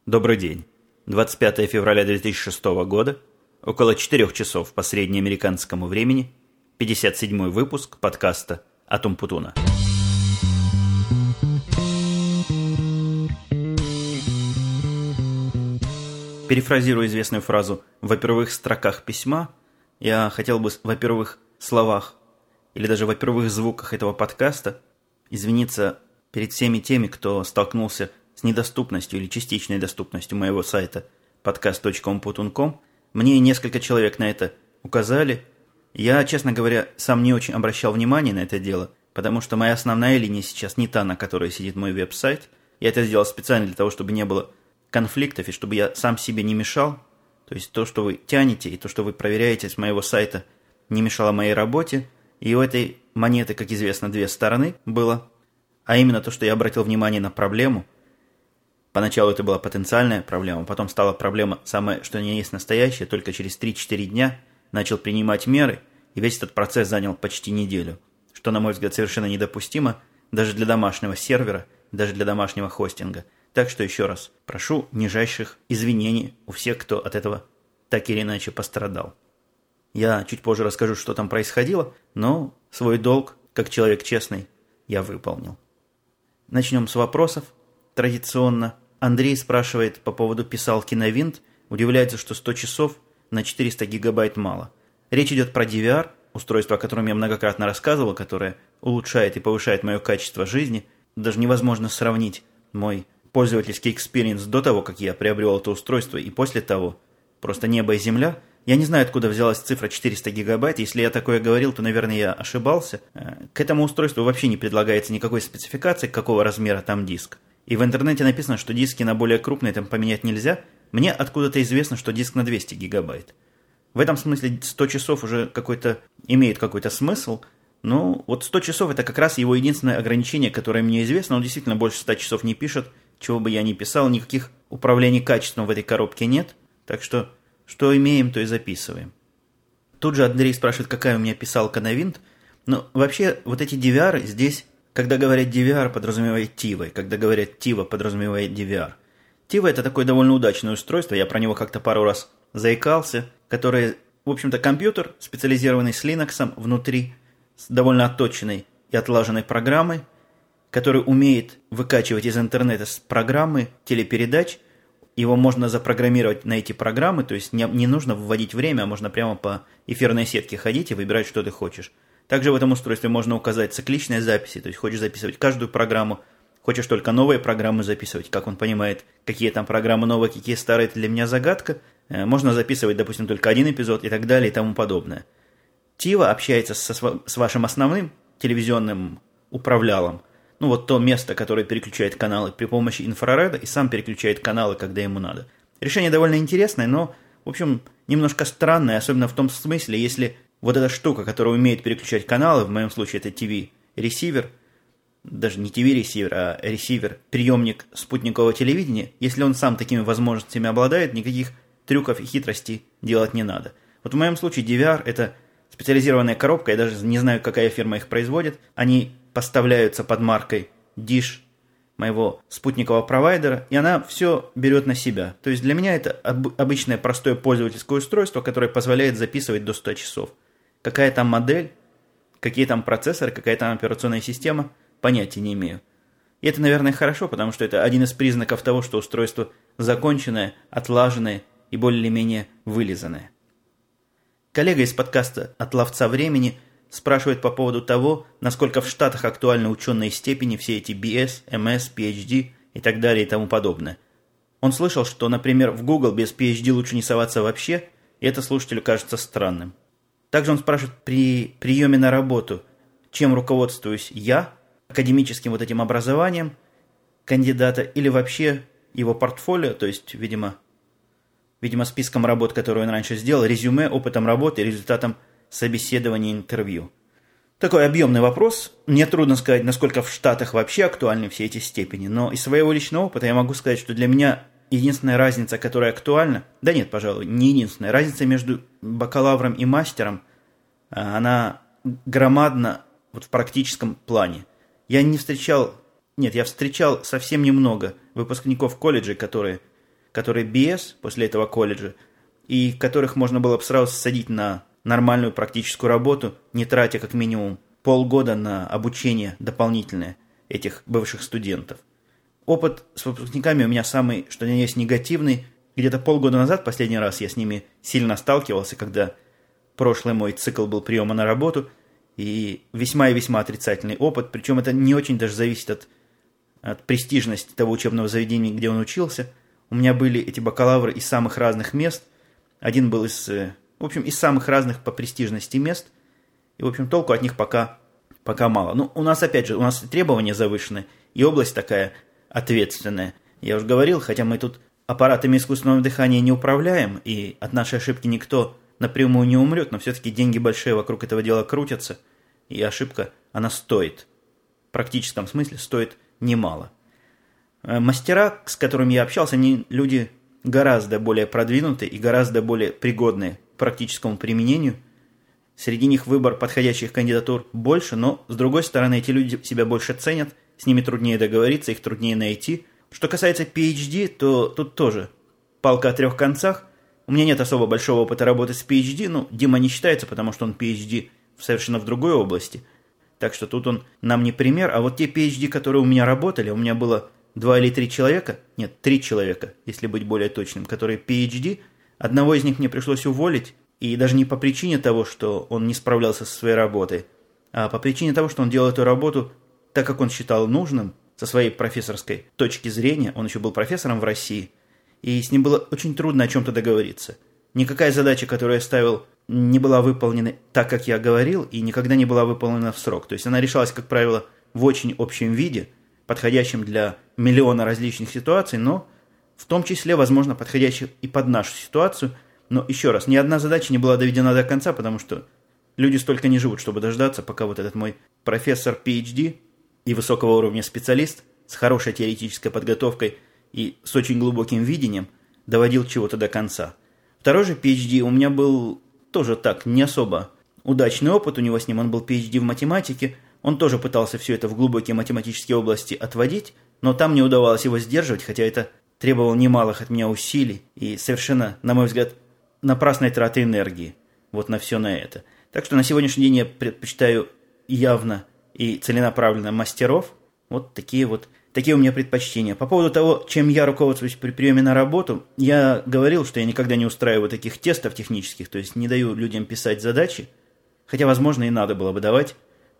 Добрый день. 25 февраля 2006 года, около 4 часов по среднеамериканскому времени, 57-й выпуск подкаста «Атум Путуна». Перефразируя известную фразу «во первых строках письма», я хотел бы во первых словах или даже во первых звуках этого подкаста извиниться перед всеми теми, кто столкнулся с недоступностью или частичной доступностью моего сайта podcast.umputun.com. Мне несколько человек на это указали. Я, честно говоря, сам не очень обращал внимания на это дело, потому что моя основная линия сейчас не та, на которой сидит мой веб-сайт. Я это сделал специально для того, чтобы не было конфликтов и чтобы я сам себе не мешал. То есть то, что вы тянете и то, что вы проверяете с моего сайта, не мешало моей работе. И у этой монеты, как известно, две стороны было. А именно то, что я обратил внимание на проблему. Поначалу это была потенциальная проблема, потом стала проблема самая, что не есть настоящая, только через 3-4 дня начал принимать меры, и весь этот процесс занял почти неделю, что, на мой взгляд, совершенно недопустимо даже для домашнего сервера, даже для домашнего хостинга. Так что еще раз прошу нижайших извинений у всех, кто от этого так или иначе пострадал. Я чуть позже расскажу, что там происходило, но свой долг, как человек честный, я выполнил. Начнем с вопросов. Традиционно. Андрей спрашивает по поводу писалки на винт, удивляется, что 100 часов на 400 гигабайт мало. Речь идет про DVR, устройство, о котором я многократно рассказывал, которое улучшает и повышает мое качество жизни. Даже невозможно сравнить мой пользовательский экспириенс до того, как я приобрел это устройство, и после того. Просто небо и земля. Я не знаю, откуда взялась цифра 400 гигабайт. Если я такое говорил, то, наверное, я ошибался. К этому устройству вообще не предлагается никакой спецификации, какого размера там диск. И в интернете написано, что диски на более крупные там поменять нельзя. Мне откуда-то известно, что диск на 200 гигабайт. В этом смысле 100 часов уже имеет какой-то смысл. Но вот 100 часов это как раз его единственное ограничение, которое мне известно. Он действительно больше 100 часов не пишет, чего бы я ни писал. Никаких управлений качеством в этой коробке нет. Так что имеем, то и записываем. Тут же Андрей спрашивает, какая у меня писалка на винт. Но вообще вот эти DVR здесь... Когда говорят DVR, подразумевает TiVo, когда говорят TiVo, подразумевает DVR. TiVo – это такое довольно удачное устройство, я про него как-то пару раз заикался, которое, в общем-то, компьютер, специализированный с Linux внутри, с довольно отточенной и отлаженной программой, который умеет выкачивать из интернета с программы телепередач. Его можно запрограммировать на эти программы, то есть не нужно вводить время, а можно прямо по эфирной сетке ходить и выбирать, что ты хочешь. Также в этом устройстве можно указать цикличные записи, то есть хочешь записывать каждую программу, хочешь только новые программы записывать, как он понимает, какие там программы новые, какие старые, это для меня загадка. Можно записывать, допустим, только один эпизод и так далее и тому подобное. TiVo общается с вашим основным телевизионным управлялом, ну вот то место, которое переключает каналы при помощи инфрареда и сам переключает каналы, когда ему надо. Решение довольно интересное, но, в общем, немножко странное, особенно в том смысле, если... Вот эта штука, которая умеет переключать каналы, в моем случае это TV-ресивер, даже не TV-ресивер, а ресивер, приемник спутникового телевидения, если он сам такими возможностями обладает, никаких трюков и хитростей делать не надо. Вот в моем случае DVR – это специализированная коробка, я даже не знаю, какая фирма их производит, они поставляются под маркой Dish, моего спутникового провайдера, и она все берет на себя. То есть для меня это обычное простое пользовательское устройство, которое позволяет записывать до 100 часов. Какая там модель, какие там процессоры, какая там операционная система, понятия не имею. И это, наверное, хорошо, потому что это один из признаков того, что устройство законченное, отлаженное и более-менее вылизанное. Коллега из подкаста «От ловца времени» спрашивает по поводу того, насколько в Штатах актуальны ученые степени, все эти BS, MS, PhD и так далее и тому подобное. Он слышал, что, например, в Google без PhD лучше не соваться вообще, и это слушателю кажется странным. Также он спрашивает при приеме на работу, чем руководствуюсь я, академическим вот этим образованием кандидата или вообще его портфолио, то есть, видимо, списком работ, которые он раньше сделал, резюме, опытом работы и результатом собеседования интервью. Такой объемный вопрос. Мне трудно сказать, насколько в Штатах вообще актуальны все эти степени, но из своего личного опыта я могу сказать, что для меня единственная разница, которая актуальна, да нет, пожалуй, не единственная, разница между бакалавром и мастером, она громадна вот в практическом плане. Я встречал совсем немного выпускников колледжей, которые которые BS после этого колледжа, и которых можно было бы сразу садить на нормальную практическую работу, не тратя как минимум полгода на обучение дополнительное этих бывших студентов. Опыт с выпускниками у меня самый, что ни есть, негативный. Где-то полгода назад, последний раз я с ними сильно сталкивался, когда прошлый мой цикл был приема на работу, и весьма отрицательный опыт, причем это не очень даже зависит от престижности того учебного заведения, где он учился. У меня были эти бакалавры из самых разных мест, один был из самых разных по престижности мест, и, в общем, толку от них пока мало. Ну, у нас, опять же, требования завышены, и область такая ответственная. Я уже говорил, хотя мы тут аппаратами искусственного дыхания не управляем, и от нашей ошибки никто напрямую не умрет, но все-таки деньги большие вокруг этого дела крутятся, и ошибка, она стоит. В практическом смысле стоит немало. Мастера, с которыми я общался, они люди гораздо более продвинутые и гораздо более пригодные к практическому применению. Среди них выбор подходящих кандидатур больше, но, с другой стороны, эти люди себя больше ценят, с ними труднее договориться, их труднее найти. Что касается PhD, то тут тоже палка о трех концах. У меня нет особо большого опыта работы с PhD, Дима не считается, потому что он PhD совершенно в другой области. Так что тут он нам не пример. А вот те PhD, которые у меня работали, у меня было 2 или 3 человека, нет, 3 человека, если быть более точным, которые PhD, одного из них мне пришлось уволить, и даже не по причине того, что он не справлялся со своей работой, а по причине того, что он делал эту работу так, как он считал нужным, со своей профессорской точки зрения. Он еще был профессором в России, и с ним было очень трудно о чем-то договориться. Никакая задача, которую я ставил, не была выполнена так, как я говорил, и никогда не была выполнена в срок. То есть она решалась, как правило, в очень общем виде, подходящем для миллиона различных ситуаций, но в том числе, возможно, подходящих и под нашу ситуацию. Но еще раз, ни одна задача не была доведена до конца, потому что люди столько не живут, чтобы дождаться, пока вот этот мой профессор PhD и высокого уровня специалист с хорошей теоретической подготовкой и с очень глубоким видением доводил чего-то до конца. Второй же PhD у меня был тоже так, не особо удачный опыт, у него с ним он был PhD в математике, он тоже пытался все это в глубокие математические области отводить, но там не удавалось его сдерживать, хотя это требовало немалых от меня усилий и совершенно, на мой взгляд, напрасной траты энергии вот на все на это. Так что на сегодняшний день я предпочитаю явно и целенаправленно мастеров. Вот такие у меня предпочтения. По поводу того, чем я руководствуюсь при приеме на работу, я говорил, что я никогда не устраиваю таких тестов технических, то есть не даю людям писать задачи, хотя, возможно, и надо было бы давать.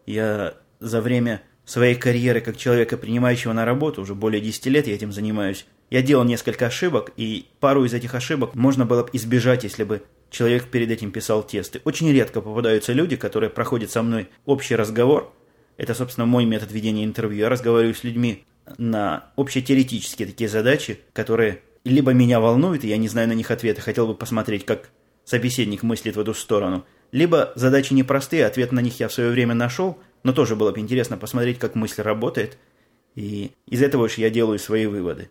Я за время своей карьеры как человека, принимающего на работу, уже более 10 лет я этим занимаюсь, я делал несколько ошибок, и пару из этих ошибок можно было бы избежать, если бы человек перед этим писал тесты. Очень редко попадаются люди, которые проходят со мной общий разговор. Это, собственно, мой метод ведения интервью. Я разговариваю с людьми на общетеоретические такие задачи, которые либо меня волнуют, и я не знаю на них ответа, хотел бы посмотреть, как собеседник мыслит в эту сторону, либо задачи непростые, ответ на них я в свое время нашел, но тоже было бы интересно посмотреть, как мысль работает, и из этого уж я делаю свои выводы.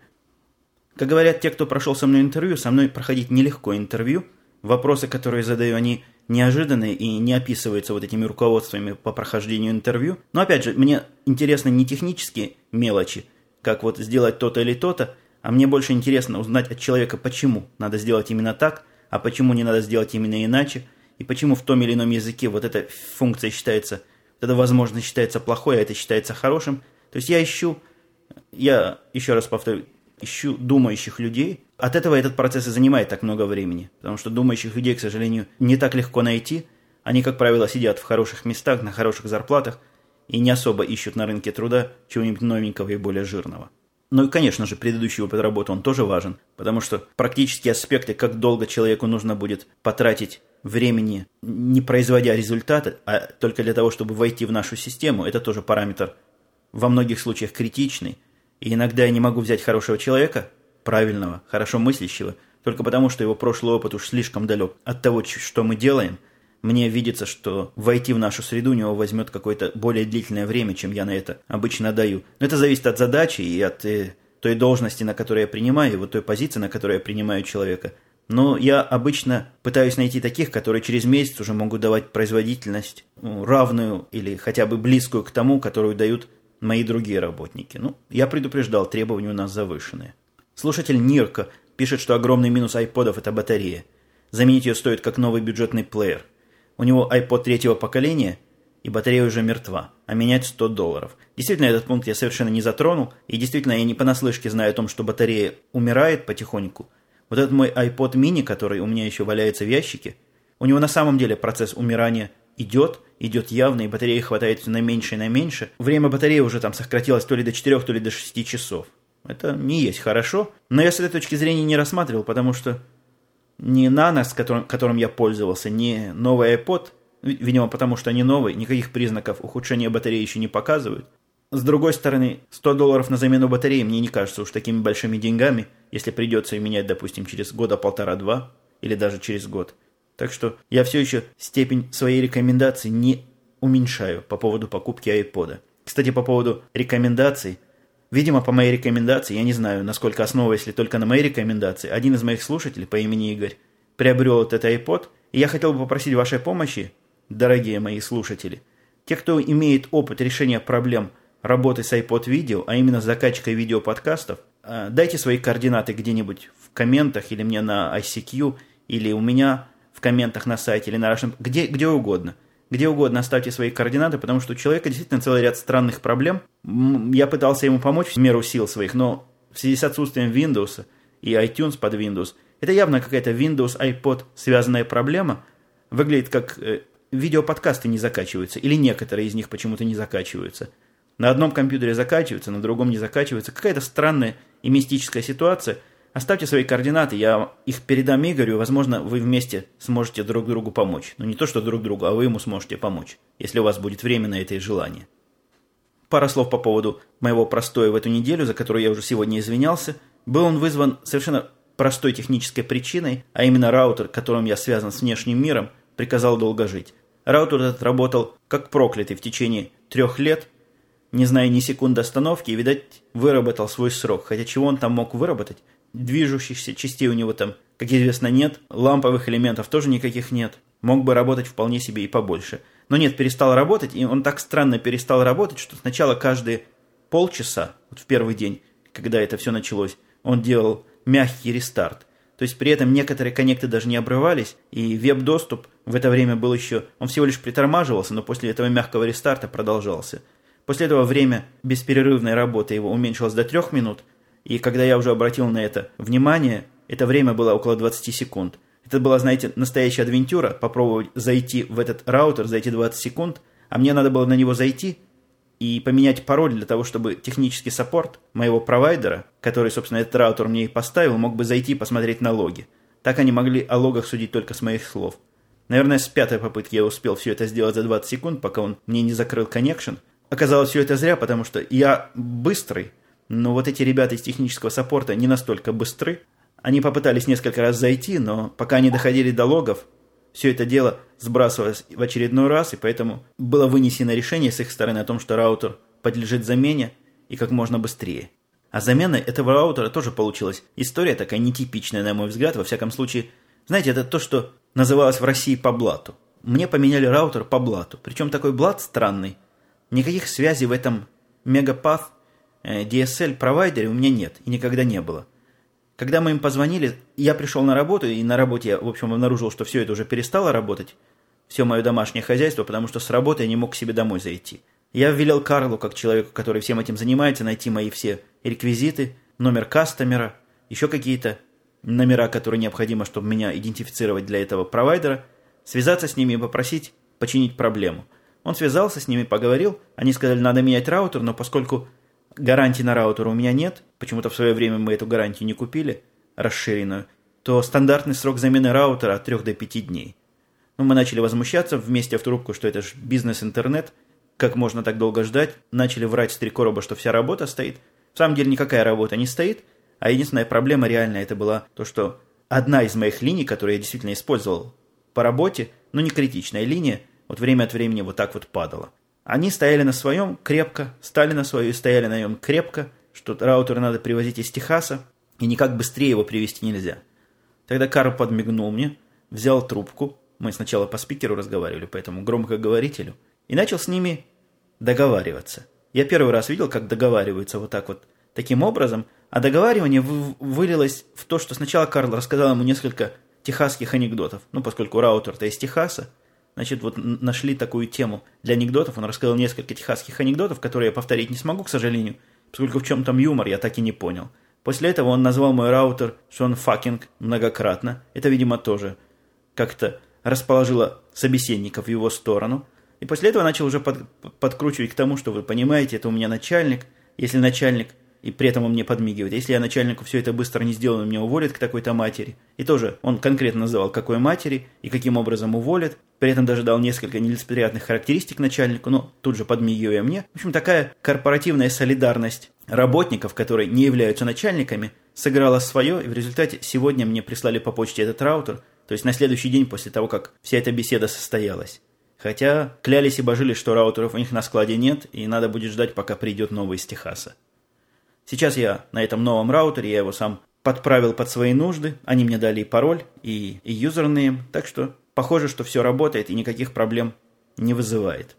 Как говорят те, кто прошел со мной интервью, со мной проходить нелегко интервью. Вопросы, которые задаю, они неожиданные и не описываются вот этими руководствами по прохождению интервью. Но опять же, мне интересны не технические мелочи, как вот сделать то-то или то-то, а мне больше интересно узнать от человека, почему надо сделать именно так, а почему не надо сделать именно иначе, и почему в том или ином языке вот эта функция считается, вот эта возможность считается плохой, а это считается хорошим. То есть я еще раз повторю, ищу думающих людей. От этого этот процесс и занимает так много времени, потому что думающих людей, к сожалению, не так легко найти. Они, как правило, сидят в хороших местах, на хороших зарплатах и не особо ищут на рынке труда чего-нибудь новенького и более жирного. Ну и, конечно же, предыдущий опыт работы, он тоже важен, потому что практические аспекты, как долго человеку нужно будет потратить времени, не производя результаты, а только для того, чтобы войти в нашу систему, это тоже параметр во многих случаях критичный. И иногда я не могу взять хорошего человека, правильного, хорошо мыслящего, только потому, что его прошлый опыт уж слишком далек от того, что мы делаем. Мне видится, что войти в нашу среду у него возьмет какое-то более длительное время, чем я на это обычно даю. Но это зависит от задачи и от той должности, на которой я принимаю, и вот той позиции, на которой я принимаю человека. Но я обычно пытаюсь найти таких, которые через месяц уже могут давать производительность равную или хотя бы близкую к тому, которую дают мои другие работники. Я предупреждал, требования у нас завышенные. Слушатель Нирка Пишет, что огромный минус айподов – это батарея. Заменить ее стоит как новый бюджетный плеер. У него iPod третьего поколения, и батарея уже мертва, а менять $100. Действительно, этот пункт я совершенно не затронул, и действительно, я не понаслышке знаю о том, что батарея умирает потихоньку. Вот этот мой iPod mini, который у меня еще валяется в ящике, у него на самом деле процесс умирания идет явно, и батареи хватает все на меньше и на меньше. Время батареи уже там сократилось то ли до 4, то ли до 6 часов. Это не есть хорошо, но я с этой точки зрения не рассматривал, потому что ни Nano, которым я пользовался, ни новый iPod, видимо, потому что они новые, никаких признаков ухудшения батареи еще не показывают. С другой стороны, $100 на замену батареи мне не кажется уж такими большими деньгами, если придется ее менять, допустим, через года полтора-два, или даже через год. Так что я все еще степень своей рекомендации не уменьшаю по поводу покупки iPod. Кстати, по поводу рекомендаций, видимо, по моей рекомендации, я не знаю, насколько основываясь ли только на моей рекомендации, один из моих слушателей по имени Игорь приобрел вот этот iPod, и я хотел бы попросить вашей помощи, дорогие мои слушатели, те, кто имеет опыт решения проблем работы с iPod видео, а именно с закачкой видеоподкастов, дайте свои координаты где-нибудь в комментах или мне на ICQ, или у меня в комментах на сайте, или на нашем, где угодно. Где угодно оставьте свои координаты, потому что у человека действительно целый ряд странных проблем. Я пытался ему помочь в меру сил своих, но в связи с отсутствием Windows и iTunes под Windows, это явно какая-то Windows, iPod связанная проблема. Выглядит как видеоподкасты не закачиваются, или некоторые из них почему-то не закачиваются. На одном компьютере закачиваются, на другом не закачиваются. Какая-то странная и мистическая ситуация. Оставьте свои координаты, я их передам Игорю, возможно, вы вместе сможете друг другу помочь. Ну, не то, что друг другу, а вы ему сможете помочь, если у вас будет время на это и желание. Пара слов по поводу моего простоя в эту неделю, за которую я уже сегодня извинялся. Был он вызван совершенно простой технической причиной, а именно раутер, которым я связан с внешним миром, приказал долго жить. Раутер этот работал как проклятый в течение 3 лет, не зная ни секунды остановки, и, видать, выработал свой срок. Хотя чего он там мог выработать? Движущихся частей у него там, как известно, нет. Ламповых элементов тоже никаких нет. Мог бы работать вполне себе и побольше. Но нет, перестал работать, и он так странно перестал работать, что сначала каждые полчаса, вот в первый день, когда это все началось, он делал мягкий рестарт. То есть при этом некоторые коннекты даже не обрывались, и веб-доступ в это время был еще... Он всего лишь притормаживался, но после этого мягкого рестарта продолжался. После этого время бесперерывной работы его уменьшилось до 3 минут, и когда я уже обратил на это внимание, это время было около 20 секунд. Это была, знаете, настоящая адвентура, попробовать зайти в этот раутер за эти 20 секунд, а мне надо было на него зайти и поменять пароль для того, чтобы технический саппорт моего провайдера, который, собственно, этот раутер мне и поставил, мог бы зайти и посмотреть на логи. Так они могли о логах судить только с моих слов. Наверное, с 5-й попытки я успел все это сделать за 20 секунд, пока он мне не закрыл коннекшн. Оказалось, все это зря, потому что я быстрый, но вот эти ребята из технического саппорта не настолько быстры. Они попытались несколько раз зайти, но пока они доходили до логов, все это дело сбрасывалось в очередной раз, и поэтому было вынесено решение с их стороны о том, что раутер подлежит замене и как можно быстрее. А замена этого раутера тоже получилась. История такая нетипичная, на мой взгляд, во всяком случае. Знаете, это то, что называлось в России по блату. Мне поменяли раутер по блату, причем такой блат странный. Никаких связей в этом Megapath DSL-провайдере у меня нет и никогда не было. Когда мы им позвонили, я пришел на работу, и на работе я, в общем, обнаружил, что все это уже перестало работать, все мое домашнее хозяйство, потому что с работы я не мог к себе домой зайти. Я велел Карлу, как человеку, который всем этим занимается, найти мои все реквизиты, номер кастомера, еще какие-то номера, которые необходимо, чтобы меня идентифицировать для этого провайдера, связаться с ними и попросить починить проблему. Он связался с ними, поговорил, они сказали, надо менять раутер, но поскольку гарантии на раутер у меня нет, почему-то в свое время мы эту гарантию не купили, расширенную, то стандартный срок замены раутера от 3 до 5 дней. Ну, мы начали возмущаться вместе в трубку, что это же бизнес-интернет, как можно так долго ждать, начали врать с 3 короба, что вся работа стоит. В самом деле никакая работа не стоит, а единственная проблема реально это была то, что одна из моих линий, которую я действительно использовал по работе, но не критичная линия, вот время от времени вот так вот падала. Они стояли на своем крепко, стали на свое и стояли на нем крепко, что раутер надо привозить из Техаса, и никак быстрее его привезти нельзя. Тогда Карл подмигнул мне, взял трубку, мы сначала по спикеру разговаривали, поэтому громкоговорителю, и начал с ними договариваться. Я первый раз видел, как договариваются вот так вот таким образом, а договаривание вылилось в то, что сначала Карл рассказал ему несколько техасских анекдотов. Ну, поскольку раутер-то из Техаса, значит, вот нашли такую тему для анекдотов. Он рассказал несколько техасских анекдотов, которые я повторить не смогу, к сожалению, поскольку в чем там юмор, я так и не понял. После этого он назвал мой раутер Шон Факинг многократно. Это, видимо, тоже как-то расположило собеседников в его сторону. И после этого начал уже подкручивать к тому, что вы понимаете, это у меня начальник. Если начальник, и при этом он мне подмигивает, если я начальнику все это быстро не сделаю, он меня уволит к такой-то матери. И тоже он конкретно называл, какой матери и каким образом уволит. При этом даже дал несколько нелицеприятных характеристик начальнику, но тут же подмигивая мне. В общем, такая корпоративная солидарность работников, которые не являются начальниками, сыграла свое, и в результате сегодня мне прислали по почте этот раутер, то есть на следующий день после того, как вся эта беседа состоялась. Хотя клялись и божились, что раутеров у них на складе нет, и надо будет ждать, пока придет новый из Техаса. Сейчас я на этом новом раутере, я его сам подправил под свои нужды, они мне дали и пароль, и юзернейм, так что похоже, что все работает и никаких проблем не вызывает.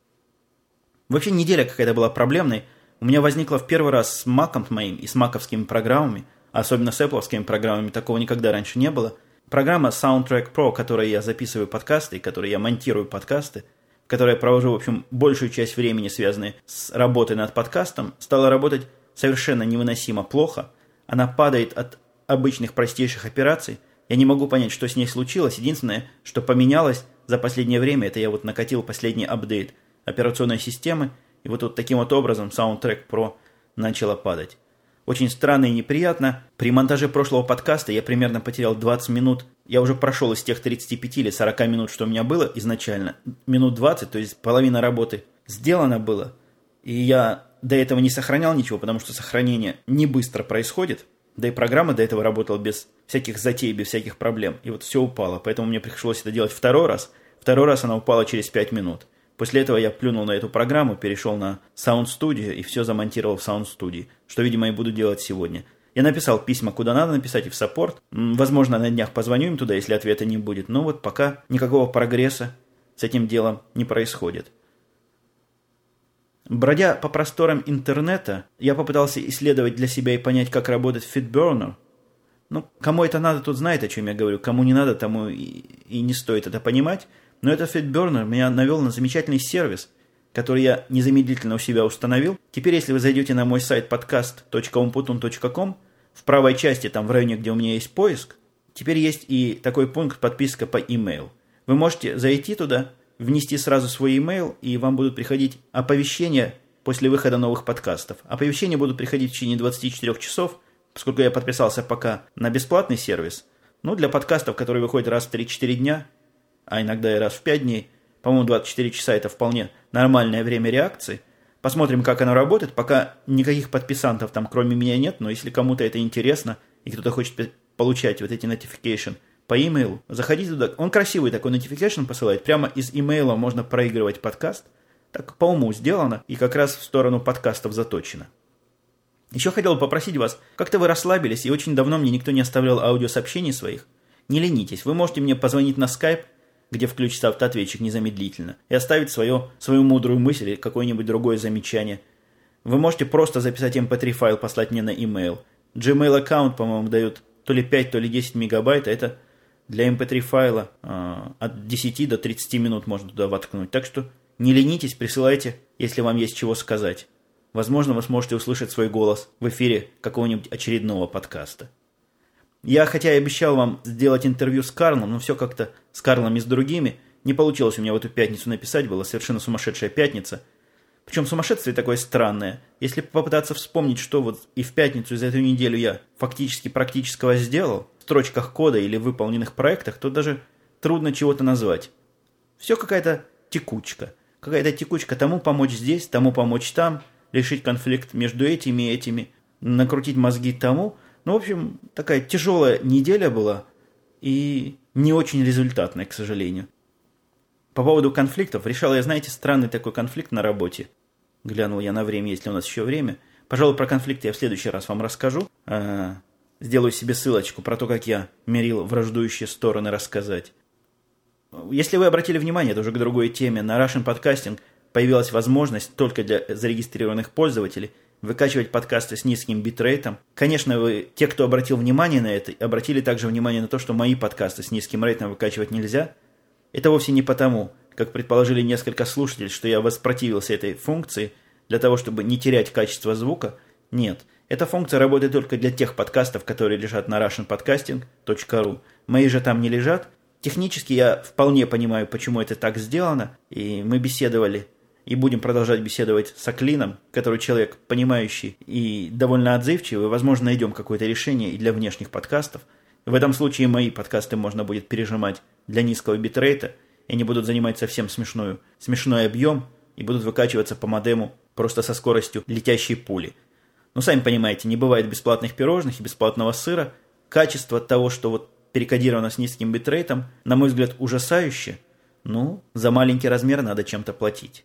Вообще неделя какая-то была проблемной. У меня возникла в первый раз с Mac'ом моим и с маковскими программами, особенно с Apple'овскими программами, такого никогда раньше не было. Программа Soundtrack Pro, которой я записываю подкасты, и которой я монтирую подкасты, в которой я провожу, в общем, большую часть времени, связанной с работой над подкастом, стала работать совершенно невыносимо плохо. Она падает от обычных простейших операций. Я не могу понять, что с ней случилось. Единственное, что поменялось за последнее время, это я вот накатил последний апдейт операционной системы, и вот таким вот образом Soundtrack Pro начала падать. Очень странно и неприятно. При монтаже прошлого подкаста я примерно потерял 20 минут. Я уже прошел из тех 35 или 40 минут, что у меня было изначально. Минут 20, то есть половина работы сделано было. И я до этого не сохранял ничего, потому что сохранение не быстро происходит. Да и программа до этого работала без всяких затей, без всяких проблем. И вот все упало. Поэтому мне пришлось это делать второй раз. Второй раз она упала через 5 минут. После этого я плюнул на эту программу, перешел на Sound Studio и все замонтировал в Sound Studio, что, видимо, и буду делать сегодня. Я написал письма, куда надо написать, и в саппорт. Возможно, на днях позвоню им туда, если ответа не будет. Но вот пока никакого прогресса с этим делом не происходит. Бродя по просторам интернета, я попытался исследовать для себя и понять, как работает FitBurner. Ну, кому это надо, тот знает, о чем я говорю. Кому не надо, тому и не стоит это понимать. Но этот FitBurner меня навел на замечательный сервис, который я незамедлительно у себя установил. Теперь, если вы зайдете на мой сайт podcast.umputun.com, в правой части, там в районе, где у меня есть поиск, теперь есть и такой пункт подписка по email. Вы можете зайти туда, внести сразу свой email, и вам будут приходить оповещения после выхода новых подкастов. Оповещения будут приходить в течение 24 часов, поскольку я подписался пока на бесплатный сервис. Ну, для подкастов, которые выходят раз в 3-4 дня, а иногда и раз в 5 дней, по-моему, 24 часа – это вполне нормальное время реакции. Посмотрим, как оно работает. Пока никаких подписантов там кроме меня нет, но если кому-то это интересно, и кто-то хочет получать вот эти notification по имейлу, заходите туда. Он красивый такой notification посылает. Прямо из имейла можно проигрывать подкаст. Так по уму сделано и как раз в сторону подкастов заточено. Еще хотел бы попросить вас, как-то вы расслабились, и очень давно мне никто не оставлял аудиосообщений своих. Не ленитесь, вы можете мне позвонить на Skype, где включится автоответчик незамедлительно, и оставить свою мудрую мысль или какое-нибудь другое замечание. Вы можете просто записать MP3 файл, послать мне на email. Gmail аккаунт, по-моему, дает то ли 5, то ли 10 мегабайт, а это для MP3 файла от 10 до 30 минут можно туда воткнуть. Так что не ленитесь, присылайте, если вам есть чего сказать. Возможно, вы сможете услышать свой голос в эфире какого-нибудь очередного подкаста. Я, хотя и обещал вам сделать интервью с Карлом, но все как-то с Карлом и с другими не получилось у меня в эту пятницу написать, была совершенно сумасшедшая пятница. Причем сумасшествие такое странное. Если попытаться вспомнить, что вот и в пятницу, и за эту неделю я фактически практического сделал, в строчках кода или в выполненных проектах, то даже трудно чего-то назвать. Все какая-то текучка. Какая-то текучка тому помочь здесь, тому помочь там, решить конфликт между этими и этими, накрутить мозги тому. Ну, в общем, такая тяжелая неделя была и не очень результатная, к сожалению. По поводу конфликтов, решал я, знаете, странный такой конфликт на работе. Глянул я на время, есть ли у нас еще время. Пожалуй, про конфликты я в следующий раз вам расскажу. Сделаю себе ссылочку про то, как я мерил враждующие стороны рассказать. Если вы обратили внимание, это уже к другой теме, на Russian Podcasting появилась возможность только для зарегистрированных пользователей выкачивать подкасты с низким битрейтом. Конечно, те, кто обратил внимание на это, обратили также внимание на то, что мои подкасты с низким рейтом выкачивать нельзя. Это вовсе не потому, как предположили несколько слушателей, что я воспротивился этой функции для того, чтобы не терять качество звука. Нет, эта функция работает только для тех подкастов, которые лежат на russianpodcasting.ru. Мои же там не лежат. Технически я вполне понимаю, почему это так сделано, и мы беседовали и будем продолжать беседовать с Аклином, который человек понимающий и довольно отзывчивый. Возможно, найдем какое-то решение и для внешних подкастов. В этом случае мои подкасты можно будет пережимать для низкого битрейта, и они будут занимать совсем смешной объем и будут выкачиваться по модему просто со скоростью летящей пули. Но сами понимаете, не бывает бесплатных пирожных и бесплатного сыра. Качество того, что вот перекодировано с низким битрейтом, на мой взгляд, ужасающе. Ну, за маленький размер надо чем-то платить.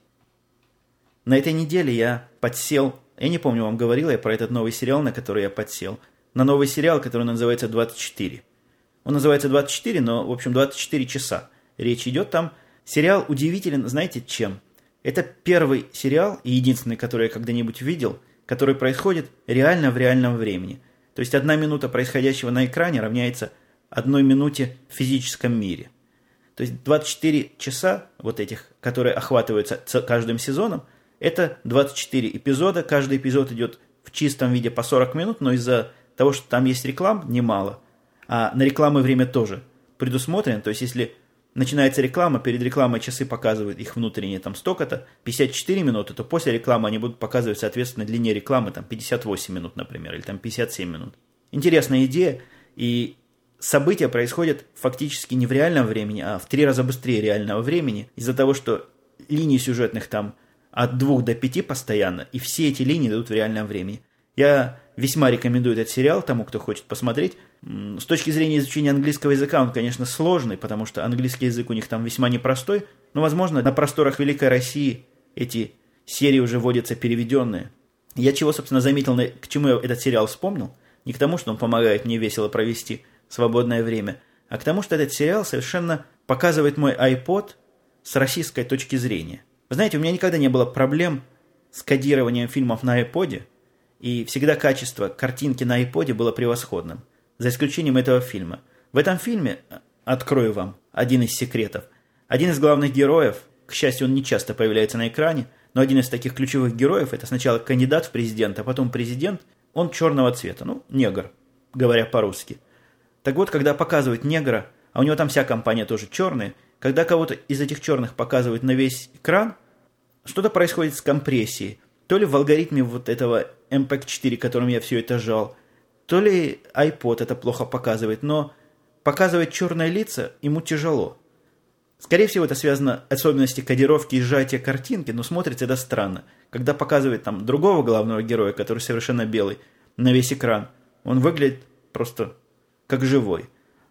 На этой неделе я подсел, я не помню, вам говорил я про этот новый сериал, на который я подсел, на новый сериал, который называется «24». Он называется «24», но, в общем, 24 часа. Речь идет там. Сериал удивителен, знаете, чем? Это первый сериал, и единственный, который я когда-нибудь видел, который происходит реально в реальном времени. То есть 1 минута происходящего на экране равняется 1 минуте в физическом мире. То есть 24 часа, вот этих, которые охватываются каждым сезоном, это 24 эпизода, каждый эпизод идет в чистом виде по 40 минут, но из-за того, что там есть реклам, немало. А на рекламы время тоже предусмотрено, то есть если начинается реклама, перед рекламой часы показывают их внутренние там столько-то, 54 минуты, то после рекламы они будут показывать, соответственно, длине рекламы там 58 минут, например, или там 57 минут. Интересная идея, и события происходят фактически не в реальном времени, а в 3 раза быстрее реального времени, из-за того, что линий сюжетных там от 2 до 5 постоянно, и все эти линии идут в реальном времени. Я весьма рекомендую этот сериал тому, кто хочет посмотреть. С точки зрения изучения английского языка он, конечно, сложный, потому что английский язык у них там весьма непростой, но, возможно, на просторах Великой России эти серии уже вводятся переведенные. Я чего, собственно, заметил, к чему я этот сериал вспомнил? Не к тому, что он помогает мне весело провести свободное время, а к тому, что этот сериал совершенно показывает мой iPod с российской точки зрения. Вы знаете, у меня никогда не было проблем с кодированием фильмов на iPod, и всегда качество картинки на iPod было превосходным, за исключением этого фильма. В этом фильме, открою вам один из секретов, один из главных героев, к счастью, он не часто появляется на экране, но один из таких ключевых героев, это сначала кандидат в президенты, а потом президент, он черного цвета, негр, говоря по-русски. Так вот, когда показывают негра, а у него там вся компания тоже черная, когда кого-то из этих черных показывают на весь экран, что-то происходит с компрессией. То ли в алгоритме вот этого MPEG-4, которым я все это жал, то ли iPod это плохо показывает, но показывать черные лица ему тяжело. Скорее всего, это связано с особенностью кодировки и сжатия картинки, но смотрится это странно. Когда показывает там другого главного героя, который совершенно белый, на весь экран, он выглядит просто как живой.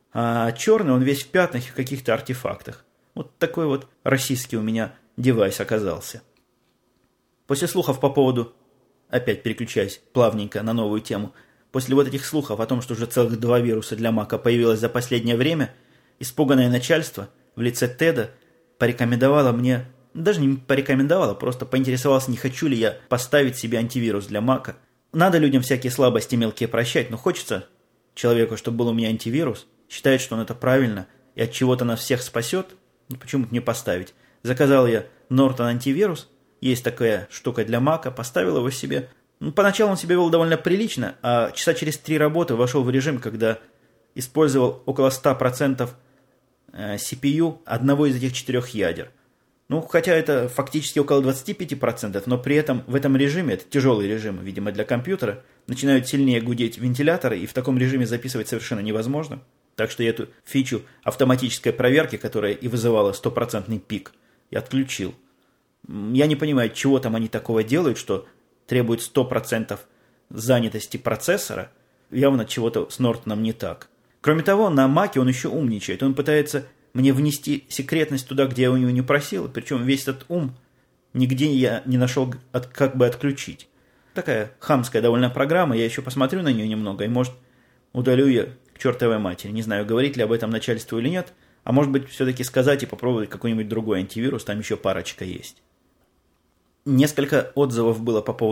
А черный, он весь в пятнах и в каких-то артефактах. Вот такой вот российский у меня девайс оказался. После слухов по поводу, опять переключаясь плавненько на новую тему, после вот этих слухов о том, что уже целых 2 вируса для Мака появилось за последнее время, испуганное начальство в лице Теда порекомендовало мне, даже не порекомендовало, просто поинтересовалось, не хочу ли я поставить себе антивирус для Мака. Надо людям всякие слабости мелкие прощать, но хочется человеку, чтобы был у меня антивирус, считает, что он это правильно и от чего-то нас всех спасет, почему-то не поставить. Заказал я Norton антивирус, есть такая штука для Мака, поставил его себе. Поначалу он себя вел довольно прилично, а часа через 3 работы вошел в режим, когда использовал около 100% CPU одного из этих 4 ядер. Хотя это фактически около 25%, но при этом в этом режиме, это тяжелый режим, видимо, для компьютера, начинают сильнее гудеть вентиляторы, и в таком режиме записывать совершенно невозможно. Так что я эту фичу автоматической проверки, которая и вызывала 100% пик, я отключил. Я не понимаю, чего там они такого делают, что требует 100% занятости процессора. Явно чего-то с Нортоном не так. Кроме того, на Маке он еще умничает. Он пытается мне внести секретность туда, где я у него не просил. Причем весь этот ум нигде я не нашел, как бы отключить. Такая хамская довольно программа. Я еще посмотрю на нее немного и, может, удалю ее к чертовой матери. Не знаю, говорить ли об этом начальству или нет. А может быть, все-таки сказать и попробовать какой-нибудь другой антивирус. Там еще парочка есть. Несколько отзывов было по поводу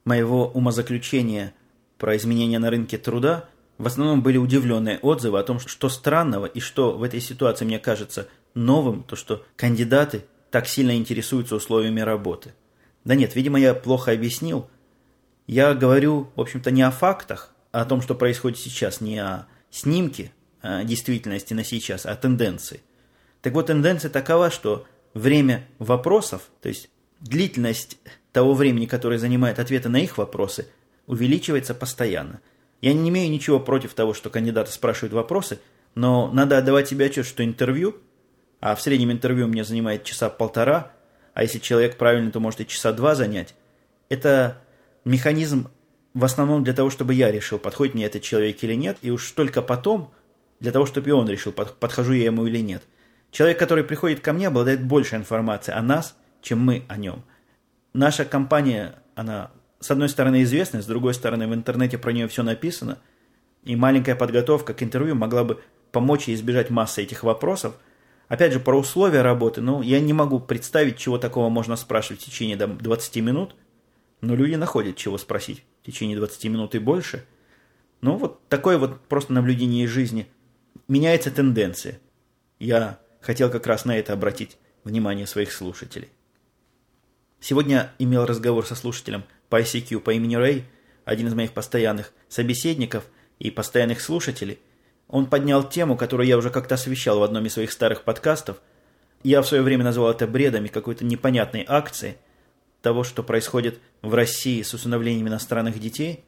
моего умозаключения про изменения на рынке труда в основном были удивленные отзывы о том, что странного и что в этой ситуации мне кажется новым, то что кандидаты так сильно интересуются условиями работы. Да нет, видимо, я плохо объяснил. Я говорю, в общем-то, не о фактах, а о том, что происходит сейчас, не о снимке действительности на сейчас, а о тенденции. Так вот, тенденция такова, что время вопросов, то есть длительность того времени, которое занимает ответы на их вопросы, увеличивается постоянно. Я не имею ничего против того, что кандидаты спрашивают вопросы, но надо отдавать себе отчет, что интервью, а в среднем интервью мне занимает часа полтора, а если человек правильный, то может и часа два занять, это механизм в основном для того, чтобы я решил, подходит мне этот человек или нет, и уж только потом для того, чтобы и он решил, подхожу я ему или нет. Человек, который приходит ко мне, обладает больше информации о нас, чем мы о нем. Наша компания, она с одной стороны известная, с другой стороны в интернете про нее все написано, и маленькая подготовка к интервью могла бы помочь ей избежать массы этих вопросов. Опять же, про условия работы, я не могу представить, чего такого можно спрашивать в течение 20 минут, но люди находят, чего спросить в течение 20 минут и больше. Вот такое вот просто наблюдение из жизни. Меняется тенденция. Я хотел как раз на это обратить внимание своих слушателей. Сегодня имел разговор со слушателем по ICQ по имени Рэй, один из моих постоянных собеседников и постоянных слушателей. Он поднял тему, которую я уже как-то освещал в одном из своих старых подкастов. Я в свое время назвал это бредом и какой-то непонятной акцией того, что происходит в России с усыновлением иностранных детей.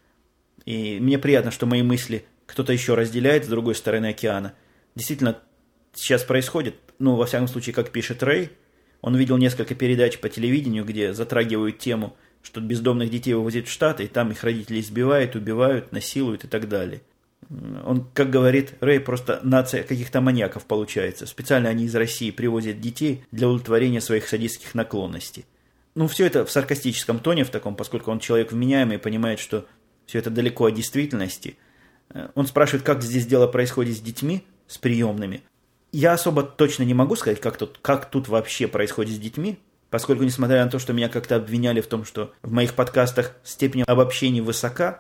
И мне приятно, что мои мысли кто-то еще разделяет с другой стороны океана. Действительно, сейчас происходит, во всяком случае, как пишет Рэй, он видел несколько передач по телевидению, где затрагивают тему, что бездомных детей вывозят в Штаты, и там их родители избивают, убивают, насилуют и так далее. Он, как говорит Рэй, просто нация каких-то маньяков получается. Специально они из России привозят детей для удовлетворения своих садистских наклонностей. Все это в саркастическом тоне, в таком, поскольку он человек вменяемый и понимает, что все это далеко от действительности. Он спрашивает, как здесь дело происходит с детьми, с приемными. Я особо точно не могу сказать, как тут вообще происходит с детьми, поскольку, несмотря на то, что меня как-то обвиняли в том, что в моих подкастах степень обобщения высока,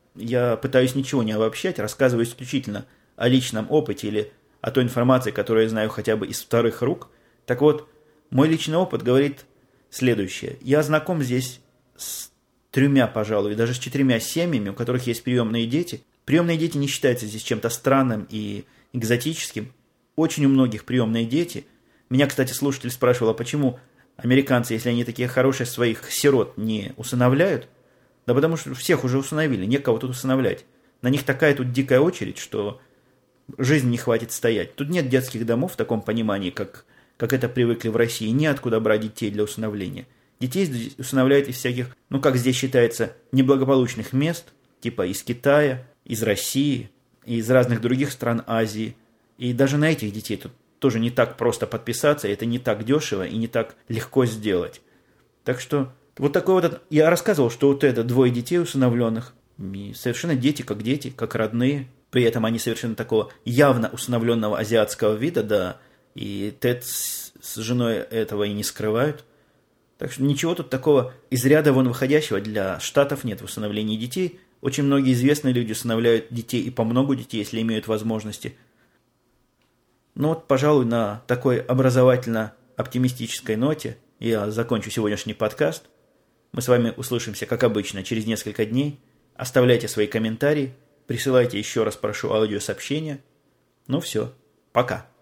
я пытаюсь ничего не обобщать, рассказываю исключительно о личном опыте или о той информации, которую я знаю хотя бы из вторых рук. Так вот, мой личный опыт говорит следующее. Я знаком здесь с 3, пожалуй, даже с 4 семьями, у которых есть приемные дети. Приемные дети не считаются здесь чем-то странным и экзотическим. Очень у многих приемные дети. Меня, кстати, слушатель спрашивал, а почему американцы, если они такие хорошие, своих сирот не усыновляют? Да потому что всех уже усыновили, некого тут усыновлять. На них такая тут дикая очередь, что жизни не хватит стоять. Тут нет детских домов в таком понимании, как это привыкли в России. Неоткуда брать детей для усыновления. Детей здесь усыновляют из всяких, как здесь считается, неблагополучных мест, типа из Китая, из России, из разных других стран Азии. И даже на этих детей тут тоже не так просто подписаться, это не так дешево и не так легко сделать. Так что вот такой вот... Я рассказывал, что вот это 2 детей усыновленных, совершенно дети, как родные. При этом они совершенно такого явно усыновленного азиатского вида, да, и Тед с женой этого и не скрывают. Так что ничего тут такого из ряда вон выходящего для Штатов нет в усыновлении детей. Очень многие известные люди усыновляют детей и по много детей, если имеют возможности. Пожалуй, на такой образовательно-оптимистической ноте я закончу сегодняшний подкаст. Мы с вами услышимся, как обычно, через несколько дней. Оставляйте свои комментарии, присылайте еще раз, прошу, аудиосообщения. Все, пока.